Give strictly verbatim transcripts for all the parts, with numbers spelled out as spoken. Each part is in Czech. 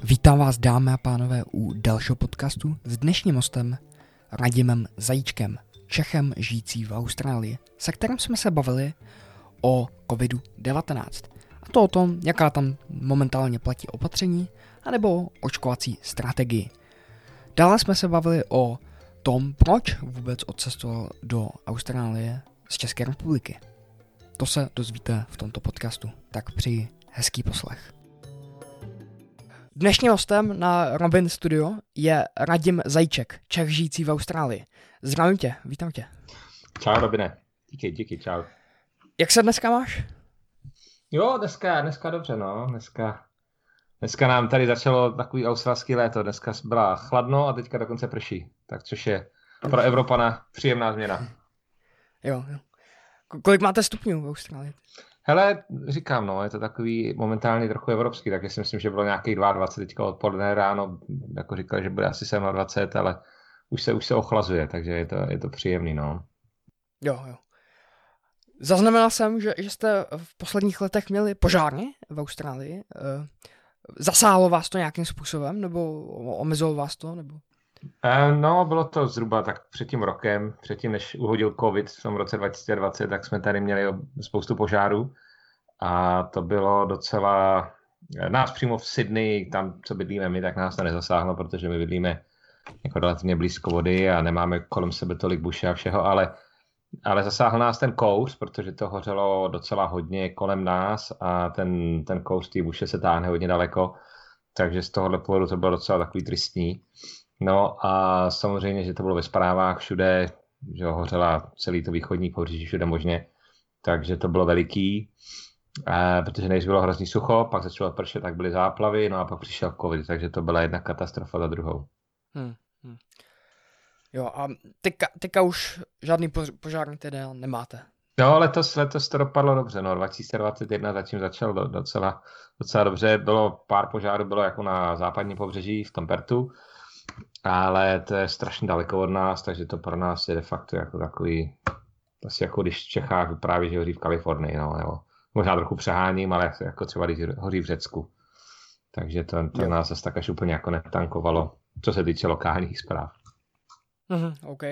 Vítám vás, dámy a pánové, u dalšího podcastu s dnešním hostem Radimem Zajíčkem, Čechem žijící v Austrálii, se kterým jsme se bavili o kovidu devatenáct. A to o tom, jaká tam momentálně platí opatření, anebo o očkovací strategii. Dále jsme se bavili o tom, proč vůbec odcestoval do Austrálie z České republiky. To se dozvíte v tomto podcastu, tak přeji hezký poslech. Dnešním hostem na Robin Studio je Radim Zajíček, Čech žijící v Austrálii. Zdravím tě, vítám tě. Čau, Robine. Díky, díky, čau. Jak se dneska máš? Jo, dneska, dneska dobře, no. Dneska, dneska nám tady začalo takový australský léto. Dneska byla chladno a teďka dokonce prší. Tak což je pro Evropana příjemná změna. Jo, jo. Kolik máte stupňů v Austrálii? Hele, říkám, no, je to takový momentálně trochu evropský, tak si myslím, že bylo nějakých dvacet dva teďka odpoledne ráno, jako říkali, že bude asi dvacet sedm, ale už se, už se ochlazuje, takže je to, je to příjemný, no. Jo, jo. Zaznamenal jsem, že, že jste v posledních letech měli požárny v Austrálii. Zasáhlo vás to nějakým způsobem, nebo omezilo vás to, nebo? No, bylo to zhruba tak před tím rokem, předtím, než uhodil covid v tom roce dva tisíce dvacet, tak jsme tady měli spoustu požárů a to bylo docela, nás přímo v Sydney, tam, co bydlíme my, tak nás to nezasáhlo, protože my bydlíme jako relativně blízko vody a nemáme kolem sebe tolik buše a všeho, ale, ale zasáhl nás ten kouř, protože to hořelo docela hodně kolem nás a ten, ten kouř té buše se táhne hodně daleko, takže z tohohle pohledu to bylo docela takový tristní. No a samozřejmě, že to bylo ve zprávách všude, že hořela celý to východní pobřeží všude možně, takže to bylo veliký, a protože než bylo hrozný sucho, pak začalo pršet, tak byly záplavy, no a pak přišel covid, takže to byla jedna katastrofa za druhou. Hmm, hmm. Jo a teďka, teďka už žádný požár teda nemáte? No, letos, letos to dopadlo dobře, no, dva tisíce dvacet jedna zatím začal do, docela, docela dobře, bylo pár požárů, bylo jako na západním pobřeží v tom Pertu, ale to je strašně daleko od nás, takže to pro nás je de facto jako takový, asi jako když v Čechách vypráví, že hoří v Kalifornii, no, jo. Možná trochu přeháním, ale jako třeba když hoří v Řecku. Takže to, to nás zase tak až úplně jako netankovalo, co se týče lokálních zpráv. Mhm, OK.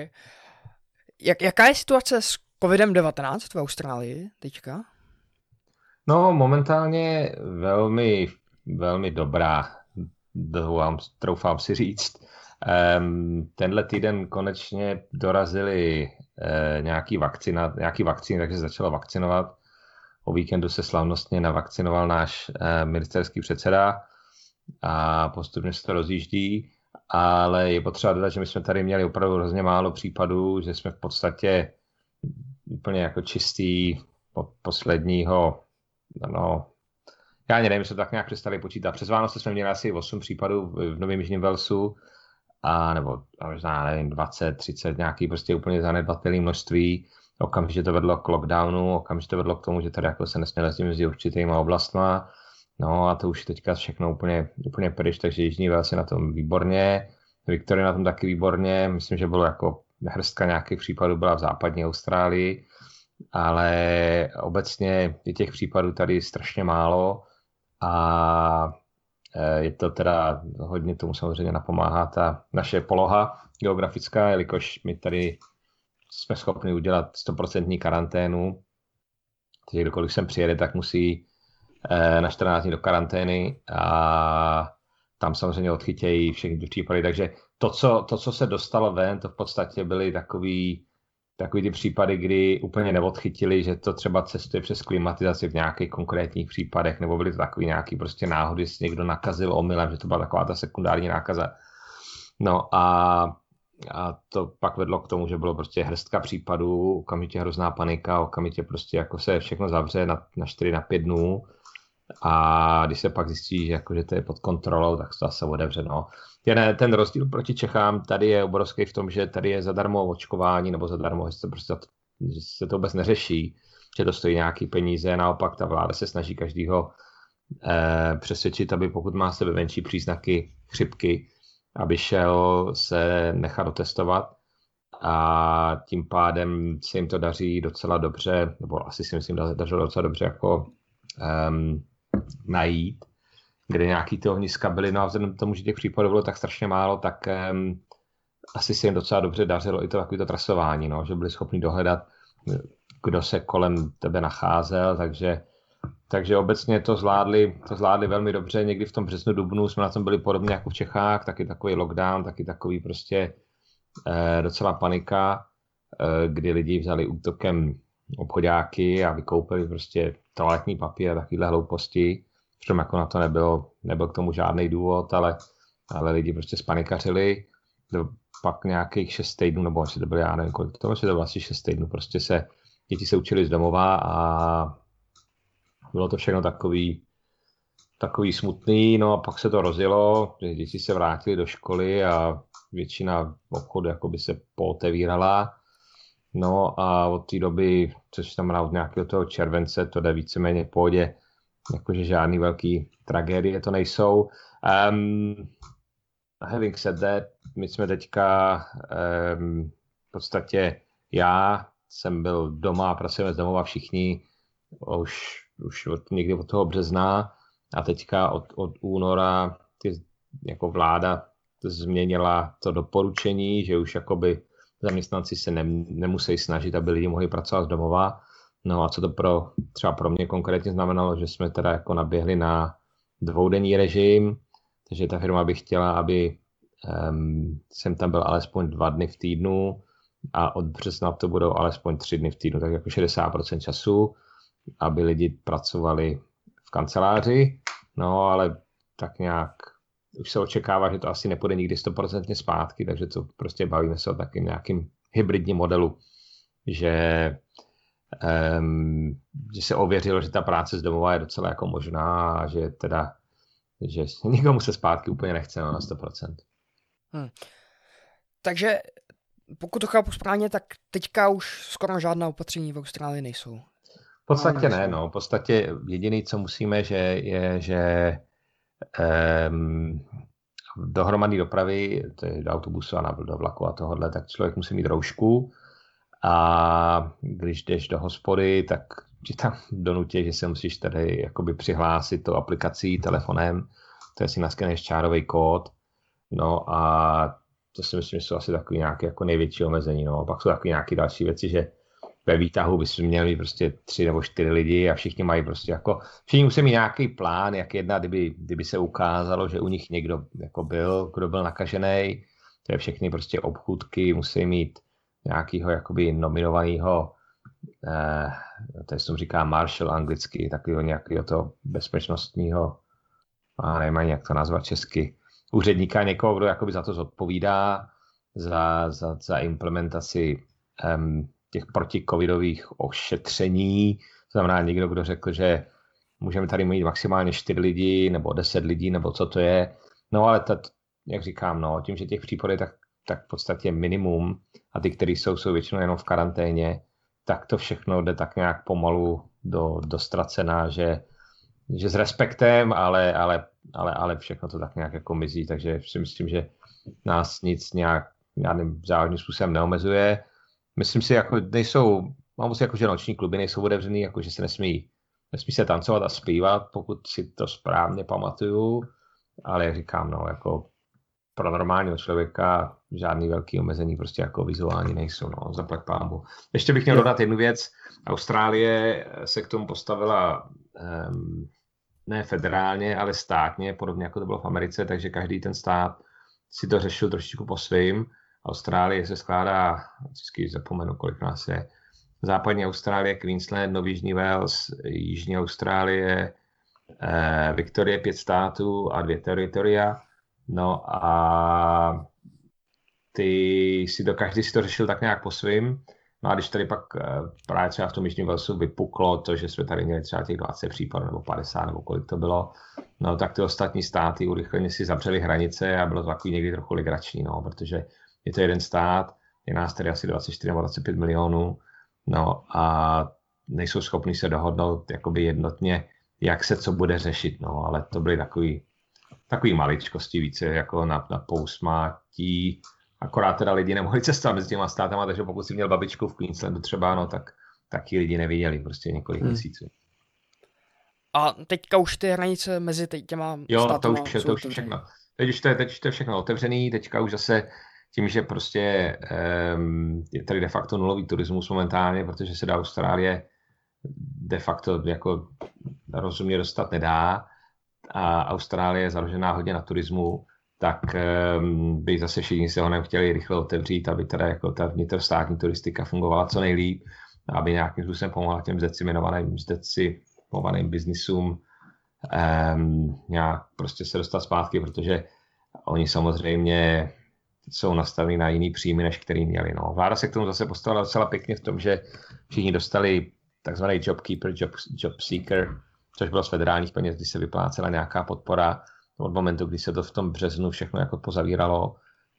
Jak, jaká je situace s kovidem devatenáct v Austrálii teďka? No, momentálně velmi, velmi dobrá, doufám, troufám si říct. Um, tenhle týden konečně dorazili uh, nějaký, vakcina, nějaký vakcíny, takže se začalo vakcinovat. O víkendu se slavnostně navakcinoval náš uh, ministerský předseda a postupně se to rozjíždí, ale je potřeba dodat, že my jsme tady měli opravdu hrozně málo případů, že jsme v podstatě úplně jako čistý od posledního, no, já nevím, my jsme tak nějak přestali počítat. Přes Vánoce jsme měli asi osm případů v Novém Jižním Walesu, a nebo možná, nevím, dvacet, třicet, nějaký prostě úplně zanedbatelné množství. Okamžitě to vedlo k lockdownu, okamžitě to vedlo k tomu, že tady jako se nesměl jezdit mezi určitýma oblastma. No a to už je teďka všechno úplně, úplně pryč, takže Jižní Wales je na tom výborně, Victoria na tom taky výborně, myslím, že bylo jako hrstka nějakých případů byla v západní Austrálii, ale obecně je těch případů tady strašně málo a je to teda hodně tomu samozřejmě napomáhá ta naše poloha geografická, jelikož my tady jsme schopni udělat sto procent karanténu, takže kdokoliv sem přijede, tak musí na čtrnáct dní do karantény a tam samozřejmě odchytějí všechny ty případy, takže to co, to, co se dostalo ven, to v podstatě byly takový, takový ty případy, kdy úplně neodchytili, že to třeba cestuje přes klimatizaci v nějakých konkrétních případech, nebo byly to takový nějaký prostě náhody, že někdo nakazil omylem, že to byla taková ta sekundární nákaza. No a, a to pak vedlo k tomu, že bylo prostě hrstka případů, okamžitě hrozná panika, okamžitě prostě jako se všechno zavře na, na čtyři na pět dnů. A když se pak zjistí, že, jako, že to je pod kontrolou, tak to zase otevře. No. Ten, ten rozdíl proti Čechám tady je obrovský v tom, že tady je zadarmo očkování, nebo zadarmo, že se, prostě, že se to vůbec neřeší, že to stojí nějaký peníze. Naopak ta vláda se snaží každýho eh, přesvědčit, aby pokud má sebe menší příznaky chřipky, aby šel se nechat otestovat. A tím pádem se jim to daří docela dobře, nebo asi si myslím, že dařilo docela dobře jako um, najít. kde nějaký ty ohniska byly, no a vzhledem k tomu, že těch případů bylo tak strašně málo, tak um, asi se jim docela dobře dařilo i to takový to trasování, no, že byli schopni dohledat, kdo se kolem tebe nacházel, takže, takže obecně to zvládli, to zvládli velmi dobře. Někdy v tom březnu, dubnu jsme na tom byli podobně jako v Čechách, taky takový lockdown, taky takový prostě eh, docela panika, eh, kdy lidi vzali útokem obchodáky a vykoupili prostě toaletní papír a takovýhle hlouposti. Přitom jako na to nebylo, nebyl k tomu žádný důvod, ale, ale lidi prostě spanikařili. Pak nějakých šest týdnů, nebo asi to bylo, já nevím kolik, to bylo, to bylo asi šest týdnů, prostě se, děti se učili z domova a bylo to všechno takový, takový smutný, no a pak se to rozjelo, děti se vrátili do školy a většina obchodu jakoby se pootevírala, no a od té doby, což tam od nějakého toho července, to jde víceméně v pohodě, jakože žádný velký tragédie to nejsou. Um, having said that, my jsme teďka um, v podstatě já jsem byl doma, pracujeme z domova všichni už, už od, někdy od toho března a teďka od, od února ty, jako vláda změnila to doporučení, že už jakoby zaměstnanci se ne, nemusí snažit, aby lidi mohli pracovat z domova. No a co to pro, třeba pro mě konkrétně znamenalo, že jsme teda jako naběhli na dvoudenní režim, takže ta firma by chtěla, aby um, jsem tam byl alespoň dva dny v týdnu a od března to budou alespoň tři dny v týdnu, tak jako šedesát procent času, aby lidi pracovali v kanceláři, no ale tak nějak už se očekává, že to asi nepůjde nikdy sto procent zpátky, takže to prostě bavíme se o takým nějakým hybridním modelu, že, um, že se ověřilo, že ta práce z domova je docela jako možná a že teda, že nikomu se zpátky úplně nechce no, na sto procent. Hmm. Takže pokud to chápu správně, tak teďka už skoro žádná opatření v Austrálii nejsou. V podstatě ne, no. V podstatě jediné, co musíme, že je, že um, do hromadné dopravy, to je do autobusu a do vlaku a tohodle, tak člověk musí mít roušku a když jdeš do hospody, tak ti tam donutí, že se musíš tady jakoby přihlásit tou aplikací, telefonem, to je si naskenuješ čárový kód, no a to si myslím, že jsou asi takový nějaké jako největší omezení, no. Pak jsou takové nějaké další věci, že ve výtahu bychom měli prostě tři nebo čtyři lidi a všichni mají prostě jako, všichni musí mít nějaký plán, jak jednat, kdyby, kdyby se ukázalo, že u nich někdo jako byl, kdo byl nakažený, to je všechny prostě obchůdky, musí mít nějakého jakoby nominovaného, eh, to se tomu říká marshal anglicky, takového nějakého toho bezpečnostního, a nevím ani jak to nazvat česky, úředníka, někoho, kdo jakoby za to zodpovídá, za, za, za implementaci um, těch protikovidových ošetření. To znamená někdo, kdo řekl, že můžeme tady mít maximálně čtyři lidi, nebo deset lidí, nebo co to je. No ale to, jak říkám, no, tím, že těch případů je tak, tak v podstatě minimum a ty, které jsou, jsou většinou jenom v karanténě, tak to všechno jde tak nějak pomalu do, do ztracena, že, že s respektem, ale, ale, ale, ale všechno to tak nějak jako mizí, takže si myslím, že nás nic nějak žádným závažným způsobem neomezuje. Myslím si, jako nejsou, mám si jako, že noční kluby nejsou otevřený, jako že se nesmí, nesmí se tancovat a zpívat, pokud si to správně pamatuju, ale jak říkám, no, jako pro normálního člověka žádný velký omezení prostě jako vizuální nejsou, no, zaplať pánbu. Ještě bych měl dodat jednu věc. Austrálie se k tomu postavila um, ne federálně, ale státně, podobně jako to bylo v Americe, takže každý ten stát si to řešil trošičku po svým. Austrálie se skládá, vždycky zapomenu, kolik nás je, západní Austrálie, Queensland, Nový Jižní Wales, Jižní Austrálie, eh, Viktorie, pět států a dvě teritoria. No a ty si to, každý si to řešil tak nějak po svým. No a když tady pak eh, právě třeba v tom Jižním Walesu vypuklo to, že jsme tady měli třeba těch dvacet případů nebo padesát nebo kolik to bylo, no tak ty ostatní státy urychleně si zavřely hranice a bylo to takový někdy trochu legrační, no, protože je to jeden stát, je nás tady asi dvacet čtyři nebo dvacet pět milionů, no a nejsou schopni se dohodnout jakoby jednotně, jak se co bude řešit, no, ale to byly takový, takový maličkosti více jako na, na pousmátí, akorát teda lidi nemohli cestovat mezi těma státama, takže pokud si měl babičku v Queenslandu třeba, no tak taky lidi neviděli prostě několik hmm. měsíců. A teďka už ty hranice mezi těma Jo, státama to už je, jsou to už je otevřené. všechno. Teď už to je, teď už to je všechno otevřený, teďka už zase tím, že prostě um, je tady de facto nulový turismus momentálně, protože se do Austrálie de facto jako rozumně dostat nedá a Austrálie je založená hodně na turismu, tak um, by zase všichni se ho nechtěli rychle otevřít, aby teda jako ta vnitrostátní turistika fungovala co nejlíp, aby nějakým způsobem pomohla těm zdecimovaným, zdecimovaným biznisům um, nějak prostě se dostat zpátky, protože oni samozřejmě jsou nastaveni na jiný příjmy, než který měli. No. Vláda se k tomu zase postavila docela pěkně v tom, že všichni dostali takzvaný jobkeeper, job, job seeker, což bylo z federálních peněz, kdy se vyplácela nějaká podpora od momentu, kdy se to v tom březnu všechno jako pozavíralo,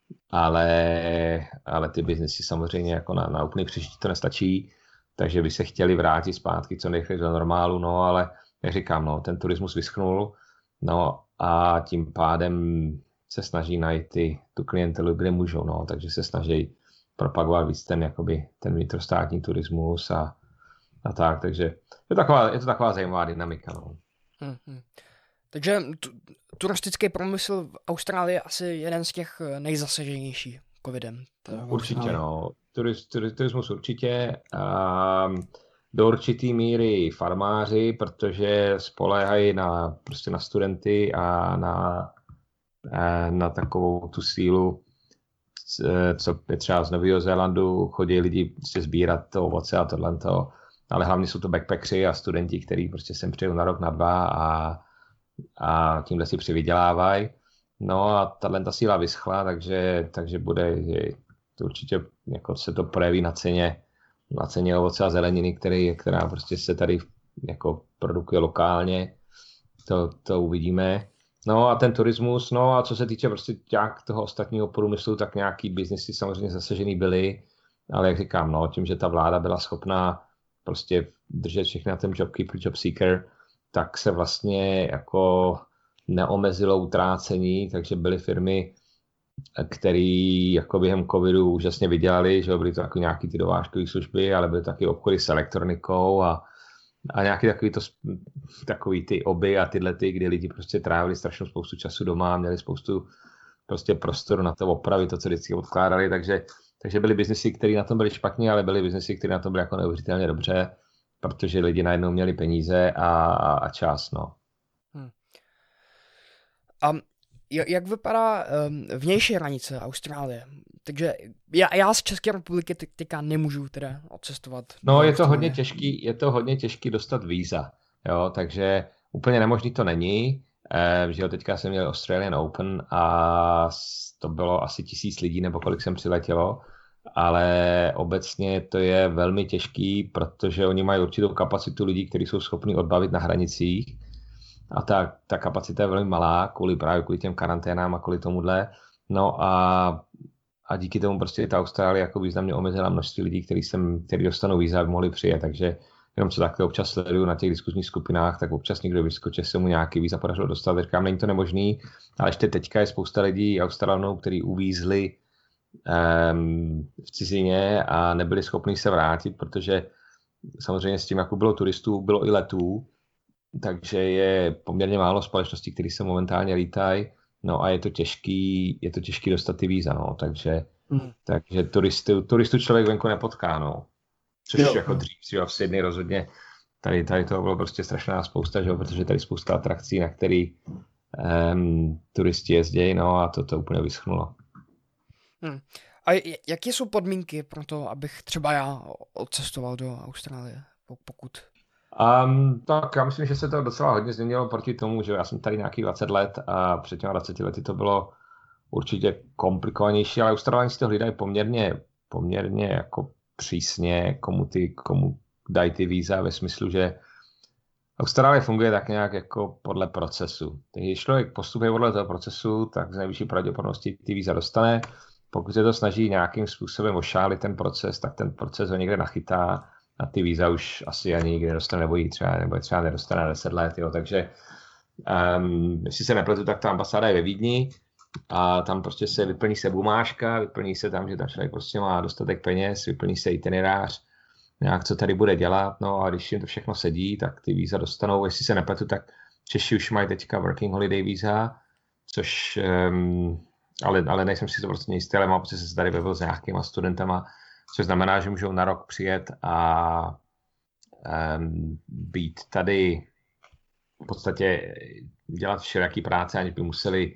ale, ale ty biznesy samozřejmě jako na, na úplný přežití to nestačí, takže by se chtěli vrátit zpátky co nejrychleji do normálu, no ale jak říkám, no, ten turismus vyschnul, no a tím pádem se snaží najít ty, tu klientelu, kde můžou, no, takže se snaží propagovat víc ten, jakoby, ten vnitrostátní turismus a, a tak, takže je to taková, je to taková zajímavá dynamika, no. Hmm, hmm. Takže tu, turistický průmysl v Austrálii je asi jeden z těch nejzasaženějších covidem. Určitě, no. Turis, turismus určitě. A do určitý míry farmáři, protože spoléhají na, prostě na studenty a na, na takovou tu sílu, co je třeba z Nového Zélandu, chodí lidi prostě sbírat to ovoce a tohle, ale hlavně jsou to backpackři a studenti, kteří prostě sem přijou na rok, na dva a, a tímhle si přivydělávají. No a tato síla vyschla, takže, takže bude, to určitě jako se to projeví na ceně, na ceně ovoce a zeleniny, který, která prostě se tady jako produkuje lokálně, to, to uvidíme. No a ten turismus, no a co se týče prostě těch toho ostatního průmyslu, tak nějaký biznesy samozřejmě zasažený byly, ale jak říkám, no tím, že ta vláda byla schopná prostě držet všechny na ten jobkeeper, job seeker, tak se vlastně jako neomezilo utrácení, takže byly firmy, které jako během covidu úžasně vydělali, že byly to jako nějaký ty dovážkové služby, ale byly to taky obchody s elektronikou a, a nějaký takový, to, takový ty oby a tyhle ty, kdy lidi prostě trávili strašnou spoustu času doma, měli spoustu prostě prostoru na to opravit to, co vždycky odkládali, takže, takže byly biznesy, které na tom byly špatně, ale byly biznesy, které na tom byly jako neuvěřitelně dobře, protože lidi najednou měli peníze a, a čas, no. Hmm. A jak vypadá um, vnější hranice Austrálie? Takže já, já z České republiky teďka nemůžu teda odcestovat. No je to hodně těžký, je to hodně těžký dostat víza, jo, takže úplně nemožný to není, eh, že jo, teďka jsem měl Australian Open a to bylo asi tisíc lidí, nebo kolik jsem přiletělo, ale obecně to je velmi těžký, protože oni mají určitou kapacitu lidí, kteří jsou schopni odbavit na hranicích. A ta, ta kapacita je velmi malá, kvůli právě kvůli těm karanténám a kvůli tomuhle. No a, a díky tomu prostě ta Austrálie jako významně omezila množství lidí, kteří, sem, kteří dostanou víza, aby mohli přijet. Takže jenom co takhle občas sleduju na těch diskuzních skupinách, tak občas někdo vyskočí, se mu nějaký víza podařilo dostat. Říkám, není to nemožný, ale ještě teďka je spousta lidí Australanů, kteří uvízli um, v cizině a nebyli schopni se vrátit, protože samozřejmě s tím, jako bylo turistů, bylo i letů, takže je poměrně málo společností, které se momentálně lítají, no a je to těžký, je to těžký dostat ty víza, no, takže, hmm. takže turistu, turistu člověk venku nepotká, no. Což jo. Jako dřív, jo, v Sydney rozhodně, tady, tady toho bylo prostě strašná spousta, že jo, protože tady spousta atrakcí, na který um, turisti jezdí, no a to to úplně vyschnulo. Hmm. A jaké jsou podmínky pro to, abych třeba já odcestoval do Austrálie, pokud... Um, tak já myslím, že se to docela hodně změnilo proti tomu, že já jsem tady nějakých dvacet let a před těmi dvaceti lety to bylo určitě komplikovanější, ale Australané si to hlídají poměrně, poměrně jako přísně, komu, ty, komu dají ty víza, ve smyslu, že Austrálie funguje tak nějak jako podle procesu. Když člověk postupuje podle toho procesu, tak z nejvyšší pravděpodobností ty víza dostane. Pokud se to snaží nějakým způsobem ošálit ten proces, tak ten proces ho někde nachytá a ty víza už asi ani nikdy nedostane, nebo jí třeba, nebo třeba nedostane na deset let, jo. Takže um, jestli se nepletu, tak ta ambasáda je ve Vídni a tam prostě se vyplní se bumáška, vyplní se tam, že tam člověk prostě má dostatek peněz, vyplní se itinerář, nějak co tady bude dělat, no a když jim to všechno sedí, tak ty víza dostanou, jestli se nepletu, tak Češi už mají teďka working holiday víza, což, um, ale, ale nejsem si to prostě nejistý, ale mám pocit, že se tady bavil s nějakýma studentama, což znamená, že můžou na rok přijet a um, být tady v podstatě dělat všelijaký práce, aniž by museli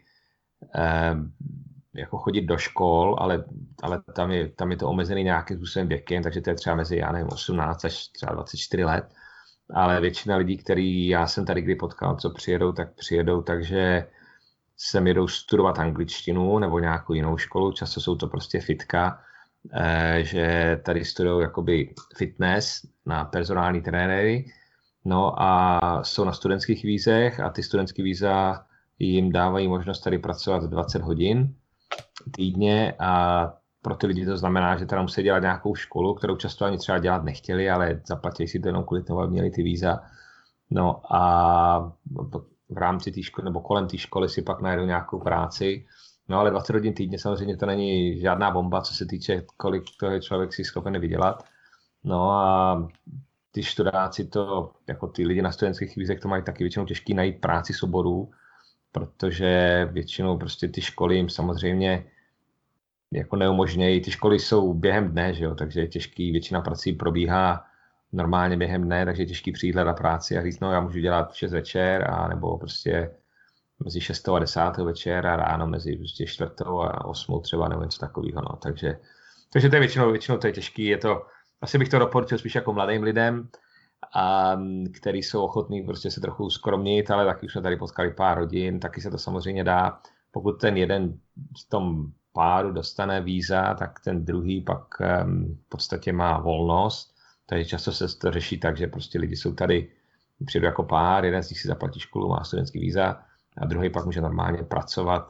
um, jako chodit do škol, ale, ale tam, je, tam je to omezený nějakým způsobem věkem, takže to je třeba mezi, já nevím, osmnáct až třeba dvacet čtyři let. Ale většina lidí, který já jsem tady kdy potkal, co přijedou, tak přijedou, takže sem jedou studovat angličtinu nebo nějakou jinou školu. Často jsou to prostě fitka, eh, že tady studují jakoby fitness na personální trenéry. No a jsou na studentských vízech a ty studentské víza jim dávají možnost tady pracovat dvacet hodin týdně a pro ty lidi to znamená, že teda musí dělat nějakou školu, kterou často ani třeba dělat nechtěli, ale zaplatili si to jenom kvůli tomu, aby měli ty víza. No a v rámci té školy nebo kolem té školy si pak najdou nějakou práci. No ale dvacet hodin týdně samozřejmě to není žádná bomba, co se týče, kolik toho je člověk si schopen vydělat. No a ty študáci to, jako ty lidi na studentských vízech to mají taky většinou těžký najít práci z oboru, protože většinou prostě ty školy jim samozřejmě jako neumožnějí. Ty školy jsou během dne, že jo, takže je těžký, většina prací probíhá normálně během dne, takže je těžký přijít na práci a říct, no já můžu dělat v šest večer, a nebo prostě mezi šestou a desátou večer a ráno mezi prostě čtvrtou a osmou třeba, nebo něco takového, no, takže, takže to je většinou, většinou to je těžký, je to, asi bych to doporučil spíš jako mladým lidem, a který jsou ochotní prostě se trochu skromnit, ale taky už jsme tady potkali pár rodin, taky se to samozřejmě dá, pokud ten jeden v tom páru dostane víza, tak ten druhý pak um, v podstatě má volnost, takže často se to řeší tak, že prostě lidi jsou tady, přijdou jako pár, jeden z nich si zaplatí školu, má studentský víza a druhý pak může normálně pracovat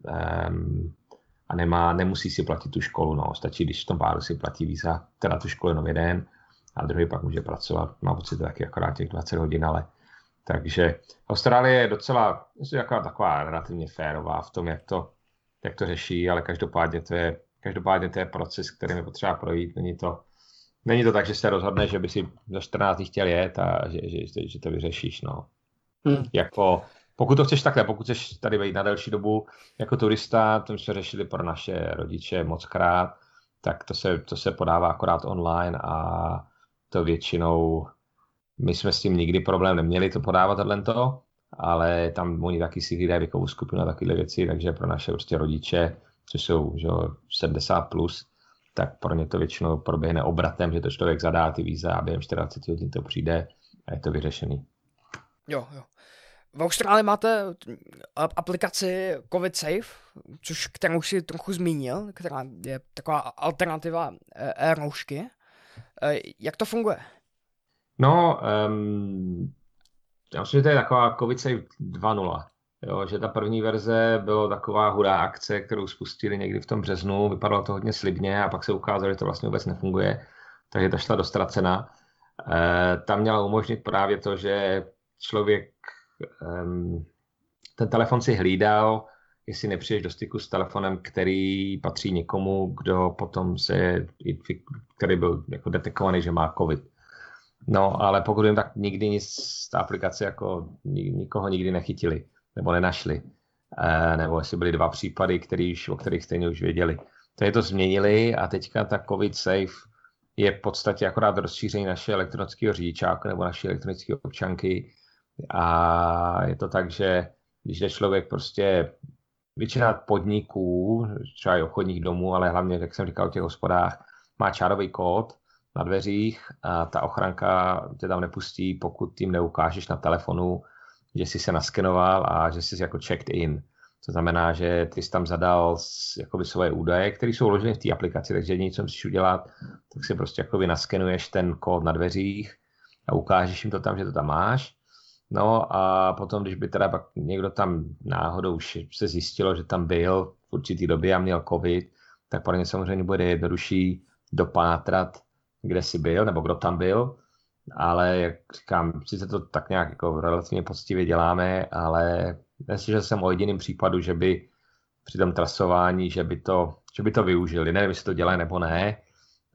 um, a nemá, nemusí si platit tu školu, no, stačí, když v tom páru si platí víza, teda tu školu jenom jeden a druhý pak může pracovat, má pocit taky akorát těch dvacet hodin, ale takže Austrálie je docela, je taková relativně férová v tom, jak to jak to řeší, ale každopádně to je, každopádně to je proces, kterým je potřeba projít. Není to, není to tak, že se rozhodne, že by si za čtrnáct dní chtěl jet a že, že, že to vyřešíš. No. Hmm. Jako, pokud to chceš takhle, pokud chceš tady být na delší dobu jako turista, to jsme řešili pro naše rodiče mockrát, tak to se, to se podává akorát online a to většinou, my jsme s tím nikdy problém neměli to podávat tohleto, ale tam oni taky si hlídají věkovou skupinu a takovéhle věci, takže pro naše prostě rodiče, což jsou že, sedmdesát plus, tak pro ně to většinou proběhne obratem, že to člověk zadá ty víza a během čtyřicet hodin to přijde a je to vyřešený. Jo, jo. V Austrálii máte aplikaci COVID Safe, což kterou si trochu zmínil, která je taková alternativa e-roušky. Jak to funguje? No, um... já myslím, že to je taková COVID Safe dva tečka nula. Jo, že ta první verze byla taková hurá akce, kterou spustili někdy v tom březnu, vypadalo to hodně slibně a pak se ukázalo, že to vlastně vůbec nefunguje, takže ta šla dostracena. E, tam měla umožnit právě to, že člověk um, ten telefon si hlídal, jestli nepřijdeš do styku s telefonem, který patří někomu, kdo potom se, který byl jako detekovaný, že má COVID. No, ale pokud jim tak nikdy nic z té aplikace jako nikoho nikdy nechytili nebo nenašli. E, nebo jestli byly dva případy, který, o kterých stejně už věděli. Takže to změnili a teďka ta COVID Safe je v podstatě akorát rozšíření naše elektronického řidičáku nebo naší elektronické občanky. A je to tak, že když jde člověk prostě většina podniků, třeba i obchodních domů, ale hlavně, jak jsem říkal, v těch hospodách, má čárový kód na dveřích a ta ochranka tě tam nepustí, pokud tím neukážeš na telefonu, že jsi se naskenoval a že jsi jako checked in. To znamená, že ty jsi tam zadal jakoby svoje údaje, které jsou uloženy v té aplikaci, takže jediné, co musíš udělat, tak si prostě jakoby naskenuješ ten kód na dveřích a ukážeš jim to tam, že to tam máš. No a potom, když by teda pak někdo tam náhodou už se zjistilo, že tam byl v určitý době a měl covid, tak pro ně samozřejmě bude jednodušší dopátrat, kde jsi byl, nebo kdo tam byl, ale jak říkám, sice to tak nějak jako relativně poctivě děláme, ale neslyšel jsem o jediném případu, že by při tom trasování, že by to, že by to využili. Nevím, jestli to dělají nebo ne,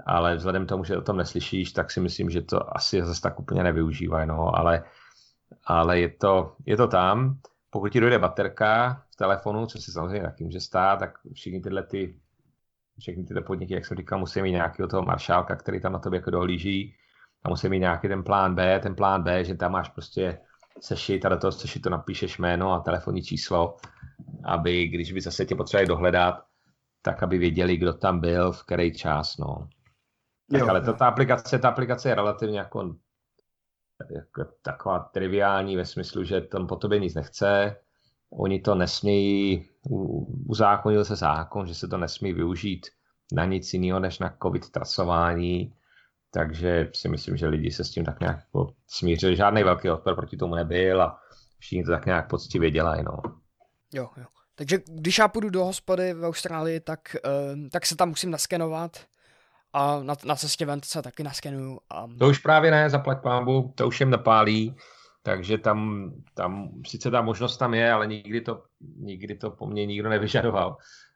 ale vzhledem k tomu, že o tom neslyšíš, tak si myslím, že to asi zase tak úplně nevyužívají, no, ale, ale je, to, je to tam. Pokud ti dojde baterka v telefonu, co se samozřejmě taky může stát, tak všichni tyhle ty, všechny tyhle podniky, jak jsem říkal, musí mít nějakého toho maršálka, který tam na tobě jako dohlíží, a musí mít nějaký ten plán B, ten plán B, že tam máš prostě sešit a do toho sešitu napíšeš jméno a telefonní číslo, aby, když by zase tě potřebovali dohledat, tak aby věděli, kdo tam byl, v který čas, no. Tak, jo, ale to, ta, aplikace, ta aplikace je relativně jako, jako taková triviální ve smyslu, že tam po tobě nic nechce, oni to nesmějí, uzákonil se zákon, že se to nesmí využít na nic jiného, než na covid trasování, takže si myslím, že lidi se s tím tak nějak jako smířili. Žádný velký odpor proti tomu nebyl a všichni to tak nějak poctivě dělají, no. Jo, jo. Takže když já půjdu do hospody v Austrálii, tak, uh, tak se tam musím naskenovat a na, na cestě ven se taky naskenuju. A... To už právě ne, zaplať pánbu, to už jim nepálí, takže tam, tam sice ta možnost tam je, ale nikdy to, nikdy to po mně nikdo nevyžadoval.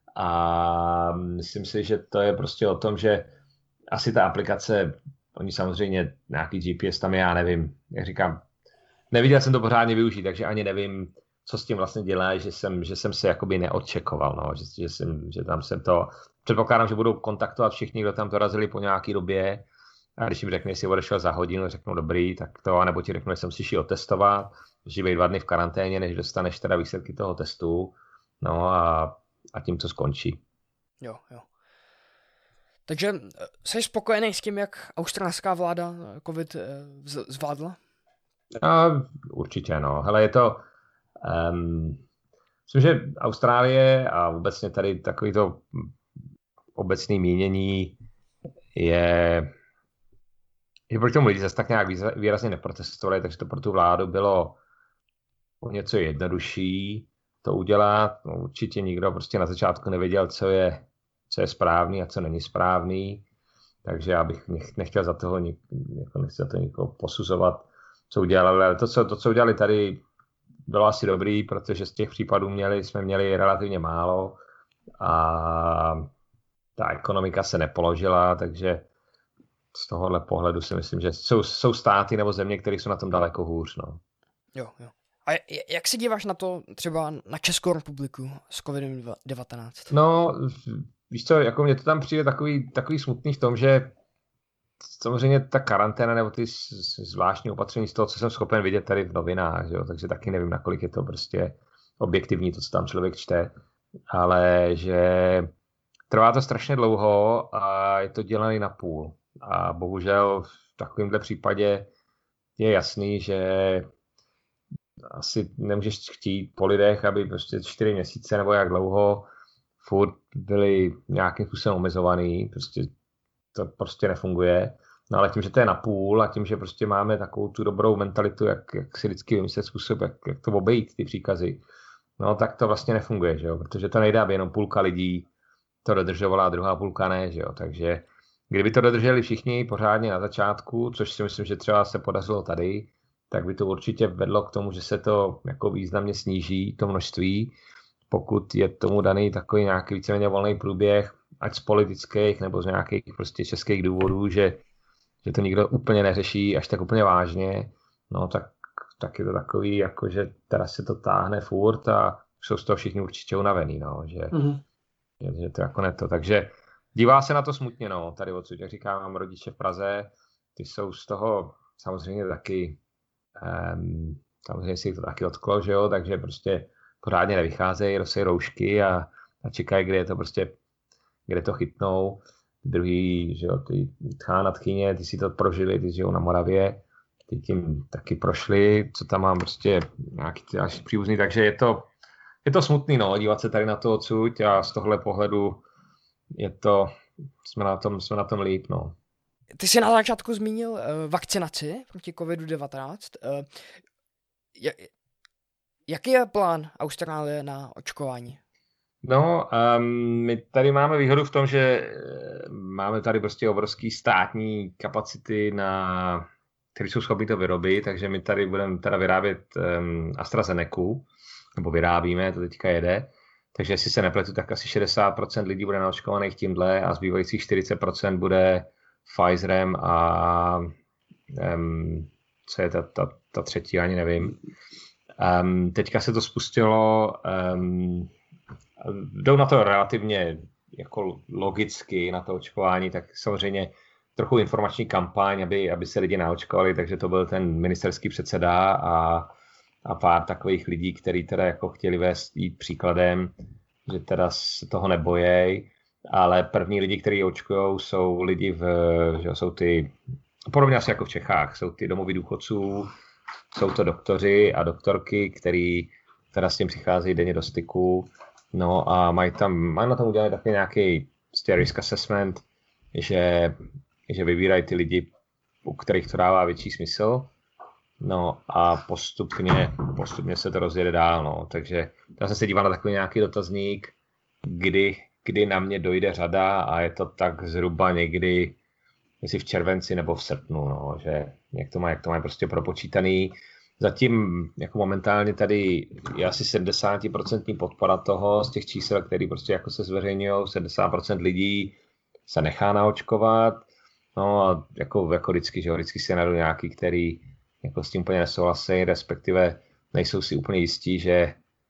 A myslím si, že to je prostě o tom, že asi ta aplikace, oni samozřejmě nějaký G P S tam je, já nevím, jak říkám, neviděl jsem to pořádně využít, takže ani nevím, co s tím vlastně dělá, že jsem, že jsem se jakoby neodčekoval, no, že, že, jsem, že tam jsem to, předpokládám, že budou kontaktovat všichni, kdo tam dorazili po nějaký době a když jim řekne, jestli odešel za hodinu, řeknou dobrý, tak to, anebo ti řeknu, že jsem si šel otestovat, že být dva dny v karanténě, než dostaneš teda výsledky toho testu, no a, a tím to skončí. Jo, jo. Takže jsi spokojený s tím, jak australská vláda covid zvládla? No, určitě, no. Hele, je to... Um, myslím, že Austrálie a obecně tady takovýto obecný mínění je... že proti tomu lidi zase tak nějak výrazně neprotestovali, takže to pro tu vládu bylo o něco jednodušší to udělat. No, určitě nikdo prostě na začátku nevěděl, co je co je správný a co není správný, takže já bych nechtěl za toho, jako nechtěl za to nikoho posuzovat, co udělali, ale to co, to, co udělali tady, bylo asi dobrý, protože z těch případů měli, jsme měli relativně málo a ta ekonomika se nepoložila, takže z tohohle pohledu si myslím, že jsou, jsou státy nebo země, které jsou na tom daleko hůř. No. Jo, jo. A jak se díváš na to třeba na Českou republiku s covid devatenáct? No, víš co, jako mně to tam přijde takový, takový smutný v tom, že samozřejmě ta karanténa nebo ty zvláštní opatření z toho, co jsem schopen vidět tady v novinách, že jo, takže taky nevím, nakolik je to prostě objektivní, to, co tam člověk čte, ale že trvá to strašně dlouho a je to dělané na půl. A bohužel v takovémhle případě je jasný, že asi nemůžeš chtít po lidech, aby prostě čtyři měsíce nebo jak dlouho furt byli nějakým způsobem omezovaný, prostě to prostě nefunguje. No ale tím, že to je na půl a tím, že prostě máme takovou tu dobrou mentalitu, jak, jak si vždycky vymyslet způsob, jak, jak to obejít, ty příkazy, no tak to vlastně nefunguje, že jo, protože to nejde, aby jenom půlka lidí to dodržovala a druhá půlka ne, že jo, takže kdyby to dodrželi všichni pořádně na začátku, což si myslím, že třeba se podařilo tady, tak by to určitě vedlo k tomu, že se to jako významně sníží, to množství, pokud je tomu daný takový nějaký víceméně volný průběh, ať z politických nebo z nějakých prostě českých důvodů, že, že to nikdo úplně neřeší až tak úplně vážně, no tak, tak je to takový, jako že teda se to táhne furt a jsou z toho všichni určitě unavený, no, že, mm-hmm. že, že to jako ne to, takže dívá se na to smutně, no, tady odsud, jak říkám, mám rodiče v Praze, ty jsou z toho samozřejmě taky, um, samozřejmě si to taky odklo, že jo, takže prostě pořádně nevycházejí, nosí roušky a, a čekají, kde je to prostě, kde to chytnou. Druhý, že jo, ty tchá tchyně, ty si to prožili, ty žijou na Moravě, ty tím taky prošli, co tam mám prostě nějaký ty další příbuzný, takže je to, je to smutný, no, dívat se tady na to odsud a z tohle pohledu je to, jsme na tom, jsme na tom líp, no. Ty jsi na začátku zmínil uh, vakcinaci proti covid devatenáct. Uh, je, jaký je plán Austrálie na očkování? No, um, my tady máme výhodu v tom, že máme tady prostě obrovský státní kapacity, na, které jsou schopni to vyrobit, takže my tady budeme teda vyrábět um, AstraZenecu, nebo vyrábíme, to teďka jede, Takže jestli se nepletu, tak asi šedesát procent lidí bude naočkovaných tímhle a zbývajících čtyřicet procent bude Pfizerem a um, co je ta, ta, ta třetí, ani nevím. Um, teďka se to spustilo, um, jdou na to relativně jako logicky na to očkování, tak samozřejmě trochu informační kampaň, aby, aby se lidi naočkovali, takže to byl ten ministerský předseda a, a pár takových lidí, kteří teda jako chtěli vést jít příkladem, že teda se toho nebojej, ale první lidi, kteří očkujou, jsou lidi v, že jsou ty, podobně asi jako v Čechách, jsou ty domovy důchodců, jsou to doktoři a doktorky, který teda s tím přicházejí denně do styku. No a mají tam, mají na tom udělat taky nějaký risk assessment, že, že vybírají ty lidi, u kterých to dává větší smysl. No a postupně, postupně se to rozjede dál. No. Takže já jsem se díval na takový nějaký dotazník, kdy, kdy na mě dojde řada a je to tak zhruba někdy, jestli v červenci nebo v srpnu, no, že jak to má, jak to má prostě propočítaný. Zatím jako momentálně tady je asi sedmdesát procent podpora toho z těch čísel, které prostě jako se zveřejňují, sedmdesát procent lidí se nechá naočkovat, no a jako, jako vždycky, že vždycky se najdu nějaký, který jako s tím úplně nesouhlasí, respektive nejsou si úplně jistí, že,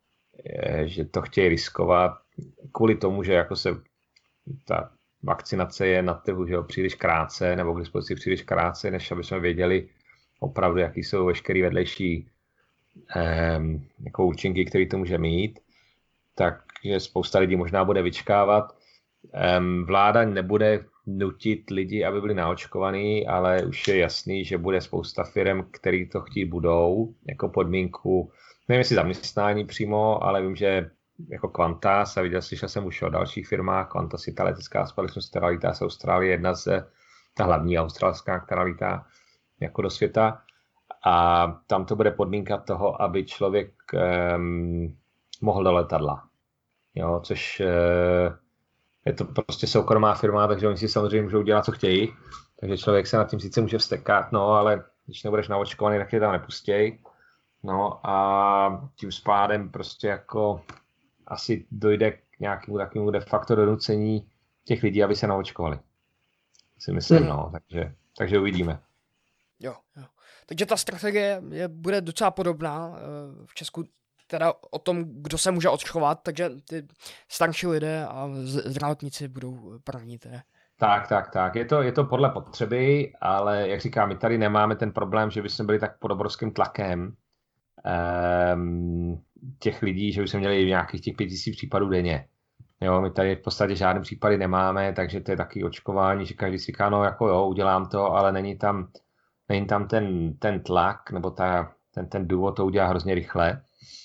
že to chtějí riskovat kvůli tomu, že jako se ta vakcinace je na trhu, že jo, příliš krátce, nebo k dispozici příliš krátce, než aby jsme věděli opravdu, jaký jsou veškeré vedlejší eh, jako účinky, které to může mít. Takže spousta lidí možná bude vyčkávat. Eh, vláda nebude nutit lidi, aby byli naočkovaní, ale už je jasný, že bude spousta firm, který to chtít budou, jako podmínku, nevím jestli zaměstnání přímo, ale vím, že jako Qantas, a viděl, slyšel jsem už o dalších firmách, Qantas je ta letecká společnost, která lítá z Austrálie, jedna z, ta hlavní australská, která lítá jako do světa. A tam to bude podmínka toho, aby člověk um, mohl do letadla. Jo, což uh, je to prostě soukromá firma, takže oni si samozřejmě můžou dělat, co chtějí. Takže člověk se nad tím sice může vztekat, no, ale když nebudeš naočkovaný, tak tě tam nepustěj. No a tím spádem prostě jako asi dojde k nějakému takovému de facto donucení těch lidí, aby se naočkovali. Si myslím, hmm. no, takže, takže uvidíme. Jo, jo. Takže ta strategie je, bude docela podobná v Česku, teda o tom, kdo se může očkovat, takže ty starší lidé a zdravotníci budou první. Teda. Tak, tak, tak. Je to, je to podle potřeby, ale jak říkám, my tady nemáme ten problém, že bychom byli tak pod obrovským tlakem um, těch lidí, že bychom měli nějakých těch pět tisíc případů denně. Jo, my tady v podstatě žádné případy nemáme, takže to je taky očkování, že každý si říká, no jako jo, udělám to, ale není tam, není tam ten, ten tlak, nebo ta, ten, ten důvod to udělá hrozně rychle.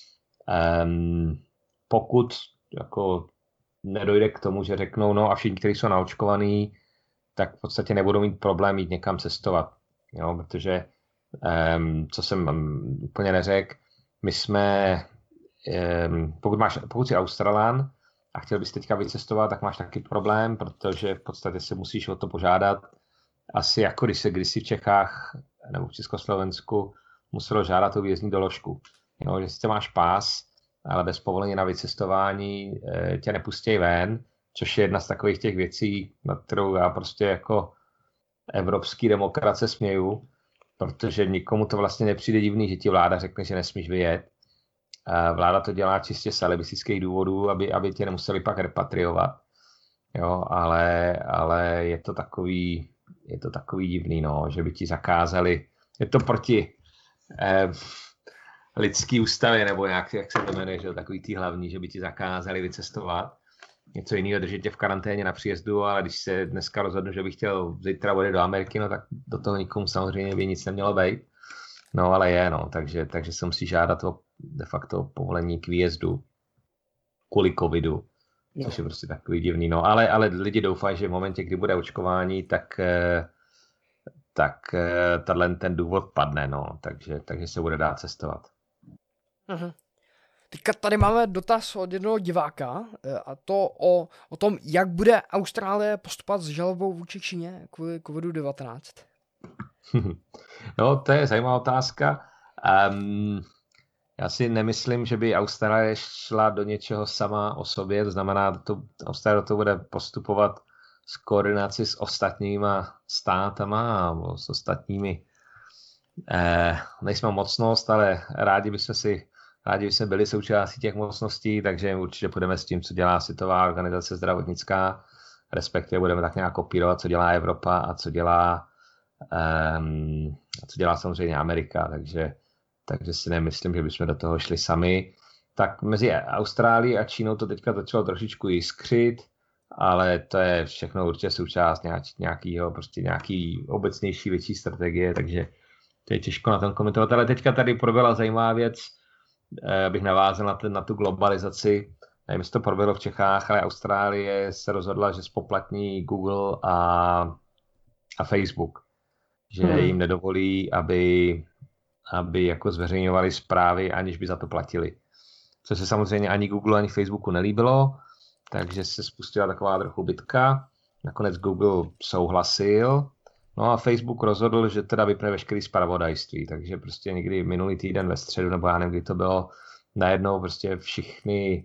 Um, pokud jako nedojde k tomu, že řeknou, no a všichni, kteří jsou naočkovaní, tak v podstatě nebudou mít problém jít někam cestovat. Jo, protože, um, co jsem um, úplně neřekl, my jsme, um, pokud, máš, pokud jsi Australan a chtěl bys teďka vycestovat, tak máš taky problém, protože v podstatě si musíš o to požádat. Asi jako když se kdysi v Čechách nebo v Československu muselo žádat o výjezdní doložku. Jo, že sice máš pás, ale bez povolení na vycestování e, tě nepustějí ven, což je jedna z takových těch věcí, na kterou já prostě jako evropský demokrat se směju, protože nikomu to vlastně nepřijde divný, že ti vláda řekne, že nesmíš vyjet. E, vláda to dělá čistě z alibistických důvodů, aby, aby tě nemuseli pak repatriovat. Jo, ale, ale je to takový, je to takový divný, no, že by ti zakázali, je to proti eh, lidský ústavě, nebo jak, jak se to jmenuje, že takový tý hlavní, že by ti zakázali vycestovat. Něco jiného držet tě v karanténě na příjezdu, ale když se dneska rozhodnu, že bych chtěl zítra odjet do Ameriky, no tak do toho nikomu samozřejmě by nic nemělo být. No ale je, no, takže, takže se musí žádat o de facto povolení k výjezdu kvůli covidu, no. Což je prostě takový divný. No ale, ale lidi doufají, že v momentě, kdy bude očkování, tak, tak tenhle ten důvod padne, no, takže, takže se bude dát cestovat. Aha. Teďka tady máme dotaz od jednoho diváka a to o, o tom, jak bude Austrálie postupovat s žalobou vůči Číně kvůli kovidu devatenáct. No, to je zajímavá otázka. Um, Já si nemyslím, že by Austrálie šla do něčeho sama o sobě, to znamená, to Austrálie to bude postupovat s koordinací s ostatníma státama a s ostatními. Eh, nejsme mocnost, ale rádi bychom si rádi bychom byli součástí těch mocností, takže určitě půjdeme s tím, co dělá Světová organizace zdravotnická, respektive budeme tak nějak kopírovat, co dělá Evropa a co dělá, um, co dělá samozřejmě Amerika, takže, takže si nemyslím, že bychom do toho šli sami. Tak mezi Austrálií a Čínou to teďka začalo trošičku jiskřit, ale to je všechno určitě součást nějakého, prostě nějaký obecnější větší strategie, takže to je těžko na tom komentovat. Ale teďka tady proběhla zajímavá věc, abych navázal na, ten, na tu globalizaci. Nevím, jestli to proběhlo v Čechách, ale Austrálie se rozhodla, že spoplatní Google a, a Facebook. Že hmm. jim nedovolí, aby, aby jako zveřejňovali zprávy, aniž by za to platili. Co se samozřejmě ani Google, ani Facebooku nelíbilo, takže se spustila taková trochu bitka. Nakonec Google souhlasil. No a Facebook rozhodl, že teda vypne veškerý zpravodajství, takže prostě někdy minulý týden ve středu, nebo já nevím, kdy to bylo, najednou prostě všechny,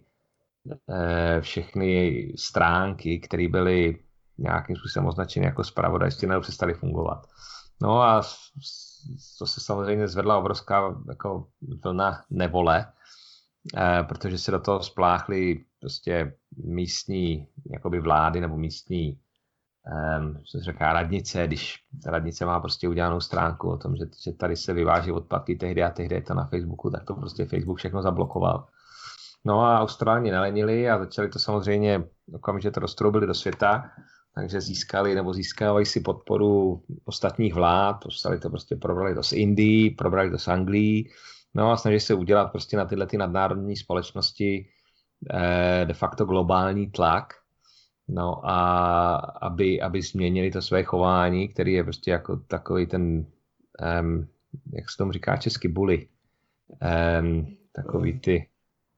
všechny stránky, které byly nějakým způsobem označeny jako zpravodajství, najednou přestaly fungovat. No a to se samozřejmě zvedla obrovská jako vlna nevole, protože se do toho spláchly prostě místní jakoby vlády nebo místní Um, co se říká radnice, když radnice má prostě udělanou stránku o tom, že, že tady se vyváží odpadky tehdy a tehdy je to na Facebooku, tak to prostě Facebook všechno zablokoval. No a Australani nelenili a začali to samozřejmě okamžitě to roztroubili do světa, takže získali nebo získávají si podporu ostatních vlád, dostali to prostě, probrali to s Indií, probrali to s Anglií, no a snaží se udělat prostě na tyhle ty nadnárodní společnosti eh, de facto globální tlak. No a aby, aby změnili to své chování, který je prostě jako takový ten, um, jak se tomu říká česky, bully. Um, takový ty,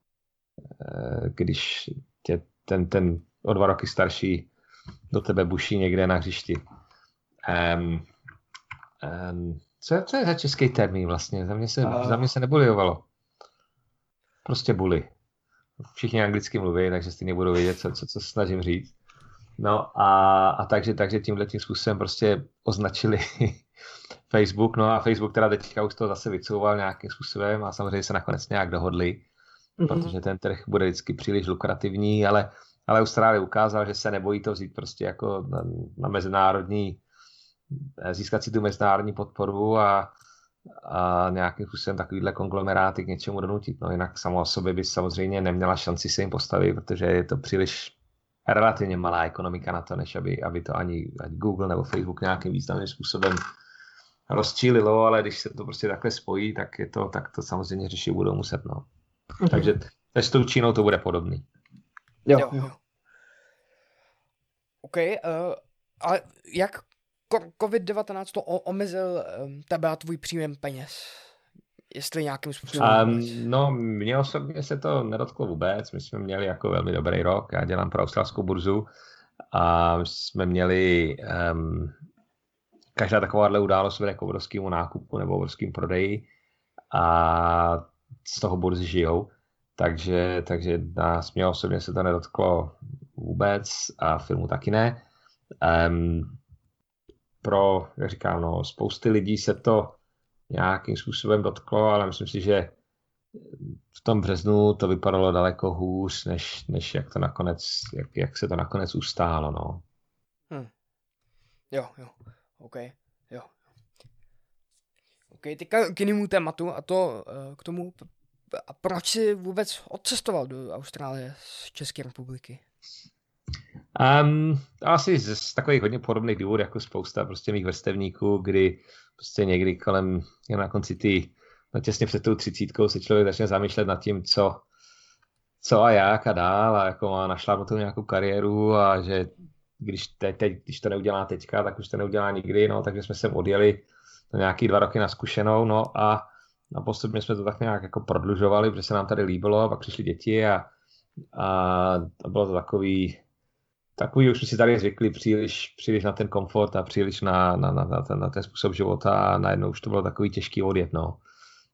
uh, když tě ten, ten o dva roky starší do tebe buší někde na hřišti. Um, um, co, je, co je za český termín vlastně? Za mě se, uh. za mě se nebuliovalo. Prostě bully. Všichni anglicky mluví, takže stejně budou vědět, co, co, co se snažím říct. No a, a takže, takže tímhle tím způsobem prostě označili Facebook, no a Facebook teda teďka už to zase vycouval nějakým způsobem a samozřejmě se nakonec nějak dohodli, mm-hmm. protože ten trh bude vždycky příliš lukrativní, ale, ale Austrálie ukázal, že se nebojí to vzít prostě jako na, na mezinárodní, získat si tu mezinárodní podporu a, a nějakým způsobem takovýhle konglomeráty k něčemu donutit. No jinak samo o sobě by samozřejmě neměla šanci se jim postavit, protože je to příliš relativně malá ekonomika na to, než aby, aby to ani, ani Google nebo Facebook nějakým významným způsobem rozčílilo, ale když se to prostě takhle spojí, tak, je to, tak to samozřejmě řešit budou muset. No. Mm-hmm. Takže s tou Čínou to bude podobný. Jo. jo. OK, uh, ale jak covid devatenáct to omezil um, tebe a tvůj příjem peněz? Jestli nějakým způsobem... Um, no, mně osobně se to nedotklo vůbec. My jsme měli jako velmi dobrý rok. Já dělám pro australskou burzu a jsme měli... Um, každá takováhle událost vede k obrovskému nákupu nebo obrovským prodeji a z toho burzy žijou. Takže, takže nás mě osobně se to nedotklo vůbec a firmu taky ne. Um, pro, jak říkám, no, spousty lidí se to nějakým způsobem dotklo, ale myslím si, že v tom březnu to vypadalo daleko hůř, než, než jak to nakonec, jak, jak se to nakonec ustálo, no. Hmm. Jo, jo, OK, jo. OK, teďka k jinému tématu a to k tomu, a proč jsi vůbec odcestoval do Austrálie z České republiky? Um, asi z, z takových hodně podobných důvodů, jako spousta prostě mých vrstevníků, kdy prostě někdy kolem, na konci tý, no těsně před tou třicítkou se člověk začne zamýšlet nad tím, co, co a jak a dál a jako má našlápnutou nějakou kariéru a že když, te, te, když to neudělá teďka, tak už to neudělá nikdy, no, takže jsme sem odjeli na nějaký dva roky na zkušenou, no a, a postupně jsme to tak nějak jako prodlužovali, protože se nám tady líbilo a pak přišly děti a, a, a bylo to takový Takový už jsme si tady zvykli příliš, příliš na ten komfort a příliš na, na, na, na, ten, na ten způsob života a najednou už to bylo takový těžký odjet, no.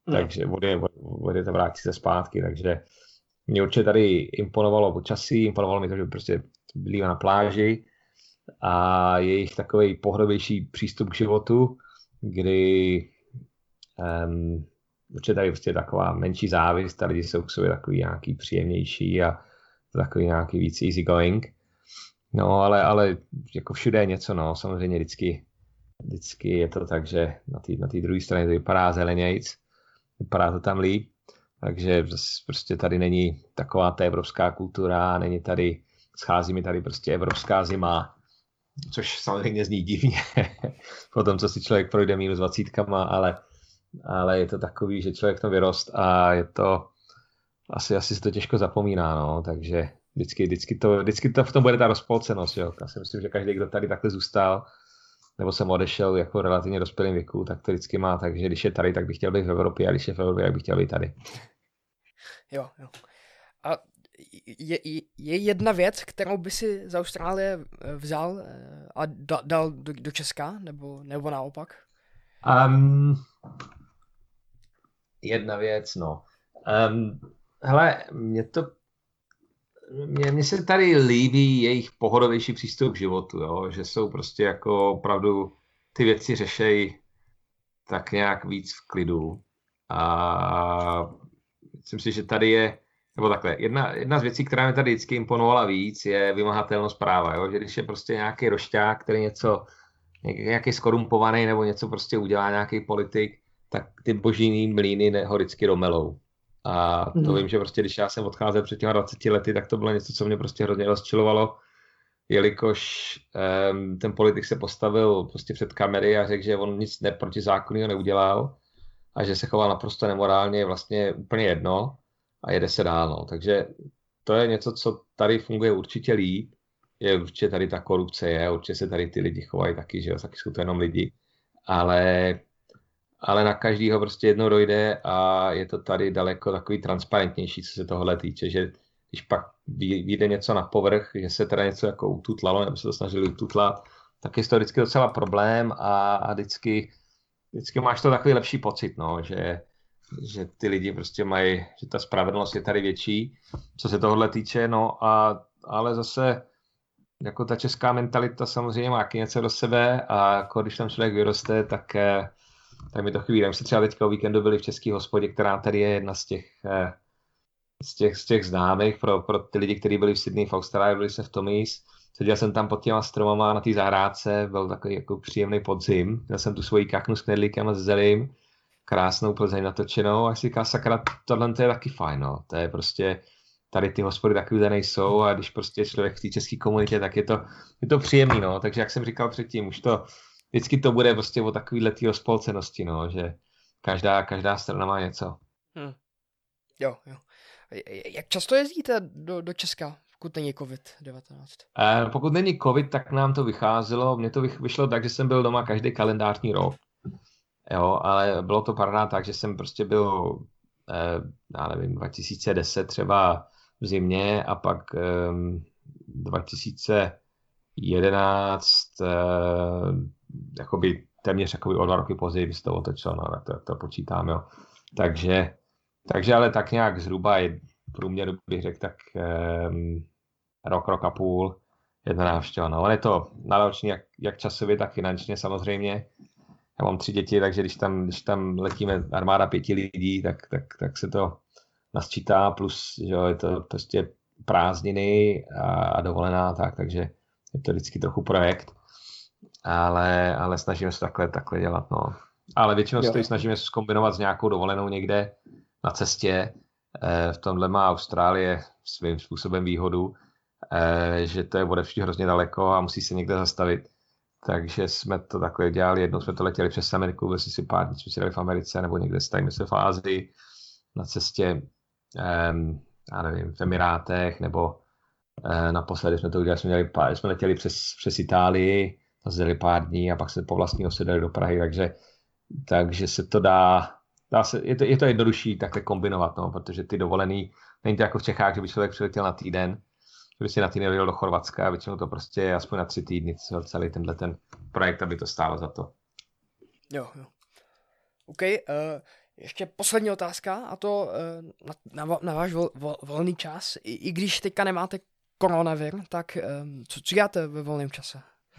takže vody, vody to vrátí se zpátky, takže mě určitě tady imponovalo počasí, imponovalo mi to, že prostě byli na pláži a jejich takový pohodovější přístup k životu, kdy um, určitě tady prostě taková menší závist, a lidi jsou k sobě takový nějaký příjemnější a takový nějaký víc easy going. No, ale, ale jako všude je něco, no, samozřejmě vždycky, vždycky je to tak, že na té na té druhé straně to vypadá zelenějc, vypadá to tam líp, takže prostě tady není taková ta evropská kultura, není tady, schází mi tady prostě evropská zima, což samozřejmě zní divně po tom, co si člověk projde minus dvacítkama, ale, ale je to takový, že člověk to vyrost a je to, asi, asi se to těžko zapomíná, no, takže vždycky, vždycky, to, vždycky to v tom bude ta rozpolcenost, jo. Já si myslím, že každý, kdo tady takhle zůstal, nebo jsem odešel jako relativně dospělým věku, tak to vždycky má, takže když je tady, tak bych chtěl být v Evropě, a když je v Evropě, tak bych chtěl být tady. Jo, jo. A je, je jedna věc, kterou by si z Austrálie vzal a dal do, do Česka, nebo, nebo naopak? Um, jedna věc, no. Um, hele, mě to Mně, mně se tady líbí jejich pohodovější přístup k životu, jo? Že jsou prostě jako opravdu ty věci řešejí tak nějak víc v klidu. A myslím si, že tady je, nebo takhle, jedna, jedna z věcí, která mi tady vždycky imponovala víc, je vymahatelnost práva, jo? Že když je prostě nějaký rošťák, který něco, nějaký skorumpovaný nebo něco prostě udělá nějaký politik, tak ty boží mlýny ho vždycky romelou. A to mm. vím, že prostě když já jsem odcházel před těma dvaceti lety, tak to bylo něco, co mě prostě hrozně rozčilovalo, jelikož um, ten politik se postavil prostě před kamery a řekl, že on nic ne, protizákonného neudělal a že se choval naprosto nemorálně, je vlastně úplně jedno a jede se dál. No. Takže to je něco, co tady funguje určitě líp. Je určitě tady ta korupce je, určitě se tady ty lidi chovají taky, že jo, taky jsou to jenom lidi, ale ale na každýho prostě jednou dojde a je to tady daleko takový transparentnější, co se tohle týče, že když pak vyjde něco na povrch, že se teda něco jako ututlalo, nebo se to snažili ututlat, tak je to vždycky docela problém a, a vždycky, vždycky máš to takový lepší pocit, no, že, že ty lidi prostě mají, že ta spravedlnost je tady větší, co se tohle týče, no a ale zase jako ta česká mentalita samozřejmě má něco do sebe a jako když tam člověk vyroste, tak tak mi to chybí. My jsme třeba teďka o víkendu byli v české hospodě, která tady je jedna z těch, z těch, z těch známých pro, pro ty lidi, kteří byli v Sydney, v Austrálii, byli jsme v Tommy's. Seděl jsem tam pod těma stromama na té zahrádce, byl takový jako příjemný podzim. Měl jsem tu svoji kaknu s knedlíkem a s zelím, krásnou Plzeň natočenou a si říkal, sakra, tohle je taky fajn, no. To je prostě, tady ty hospody takový zde nejsou a když prostě člověk v té české komunitě, tak je to, je to příjemný, no. Takže jak jsem říkal předtím, už to vždycky to bude prostě o takovýhle rozpolcenosti, no, že každá, každá strana má něco. Hmm. Jo, jo. Jak často jezdíte do, do Česka, pokud není covid devatenáct? Eh, pokud není covid, tak nám to vycházelo. Mně to vyšlo tak, že jsem byl doma každý kalendářní rok. Jo, ale bylo to pár tak, že jsem prostě byl, eh, já nevím, dva tisíce deset třeba v zimě a pak eh, dva tisíce jedenáct eh, jakoby téměř jakoby o dva roky později by se to otočilo, no, tak to, to počítám, jo. Takže, takže ale tak nějak zhruba je průměru bych řekl tak um, rok, rok a půl, jedna návštěva, no. Ale je to náročný jak, jak časově, tak finančně samozřejmě. Já mám tři děti, takže když tam, když tam letíme armáda pěti lidí, tak, tak, tak se to nasčítá, plus že jo, je to prostě prázdniny a, a dovolená, tak, takže je to vždycky trochu projekt. Ale, ale snažíme se takhle, takhle dělat, no. Ale většinou se to snažíme se zkombinovat s nějakou dovolenou někde na cestě. E, v tomhle má Austrálie svým způsobem výhodu, e, že to je odevštěť hrozně daleko a musí se někde zastavit. Takže jsme to takhle dělali. Jednou jsme to letěli přes Ameriku, byli si pár dní jsme si dali v Americe, nebo někde stavíme se v Ázii na cestě, e, já nevím, v Emirátech, nebo e, naposledy jsme to udělali, jsme, dělali pár, jsme letěli přes, přes Itálii, zjeli pár dní a pak se po vlastního sedali do Prahy, takže, takže se to dá, dá se, je, to, je to jednodušší takhle kombinovat, no, protože ty dovolený, není to jako v Čechách, že by člověk přiletěl na týden, že by si na týden jel do Chorvatska a většinou to prostě je aspoň na tři týdny celý tenhle ten projekt, aby to stálo za to. Jo, jo. OK, uh, Ještě poslední otázka, a to na, na, na váš vol, vol, volný čas. I, I když teďka nemáte koronavir, tak co, co děláte ve volném čase?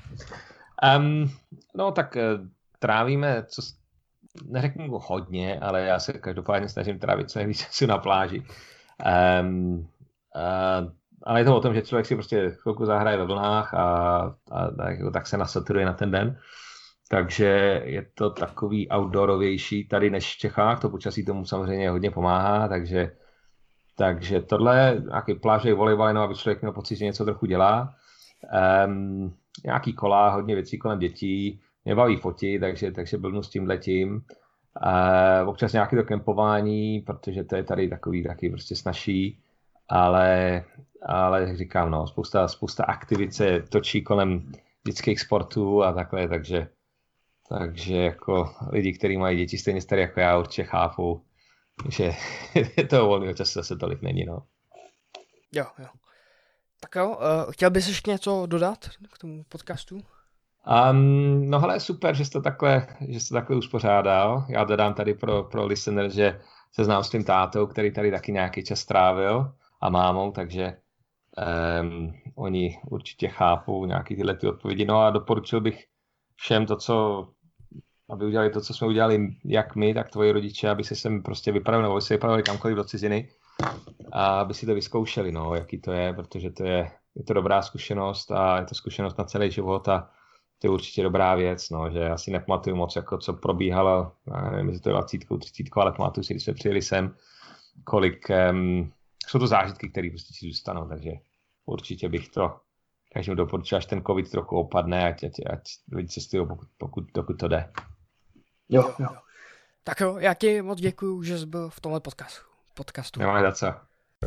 Um, no tak trávíme, co, neřeknu hodně, ale já se každopádně snažím trávit co nejvíc času na pláži. Um, uh, ale je to o tom, že člověk si prostě chvilku zahraje ve vlnách a, a tak, tak se nasaturuje na ten den. Takže je to takový outdoorovější tady než v Čechách, to počasí tomu samozřejmě hodně pomáhá, takže, takže tohle, nějaký plážej, volejbal, jenom aby člověk měl pocit, že něco trochu dělá. Um, nějaký kola, hodně věcí kolem dětí, mě baví fotit, takže, takže blbnu s tímhletím. Uh, občas nějaké to kempování, protože to je tady takový taky prostě snažší, ale, ale jak říkám, no, spousta, spousta aktivit se točí kolem dětských sportů a takhle, takže Takže jako lidi, kteří mají děti stejně staré jako já, určitě chápou, že toho volného času zase tolik není, no. Jo, jo. Tak jo, uh, chtěl bys ještě něco dodat k tomu podcastu? Um, no hele, super, že jsi to takhle, že jsi to takhle uspořádal. Já dodám tady pro, pro listener, že se znám s tím tátou, který tady taky nějaký čas strávil a mámou, takže um, oni určitě chápou nějaký tyhle ty odpovědi. No a doporučil bych všem to, co aby udělali to, co jsme udělali jak my, tak tvoji rodiče, aby se sem prostě vypravili, nebo se vypravili kamkoliv do ciziny a aby si to vyzkoušeli, no, jaký to je, protože to je, je to dobrá zkušenost a je to zkušenost na celý život a to je určitě dobrá věc, no, že já si nepamatuju moc, jako co probíhalo, já nevím, jestli to je dvacítkou, třicítkou, ale pamatuju si, když jsme přijeli sem, kolik, um, jsou to zážitky, které prostě si zůstanou, takže určitě bych to každému doporučil, až ten covid trochu opadne, ať, ať, ať lidi cestují, pokud, pokud, dokud to jde. Jo, jo. Tak jo, já ti moc děkuju, že jsi byl v tomhle podcastu. podcastu. Nemáme za co.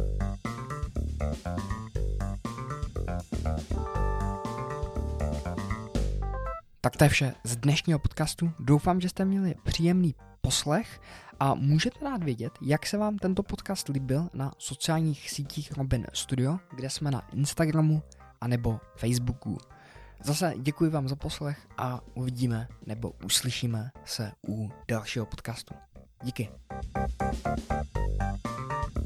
Tak to je vše z dnešního podcastu. Doufám, že jste měli příjemný poslech a můžete dát vědět, jak se vám tento podcast líbil na sociálních sítích Robin Studio, kde jsme na Instagramu anebo Facebooku. Zase děkuji vám za poslech a uvidíme nebo uslyšíme se u dalšího podcastu. Díky.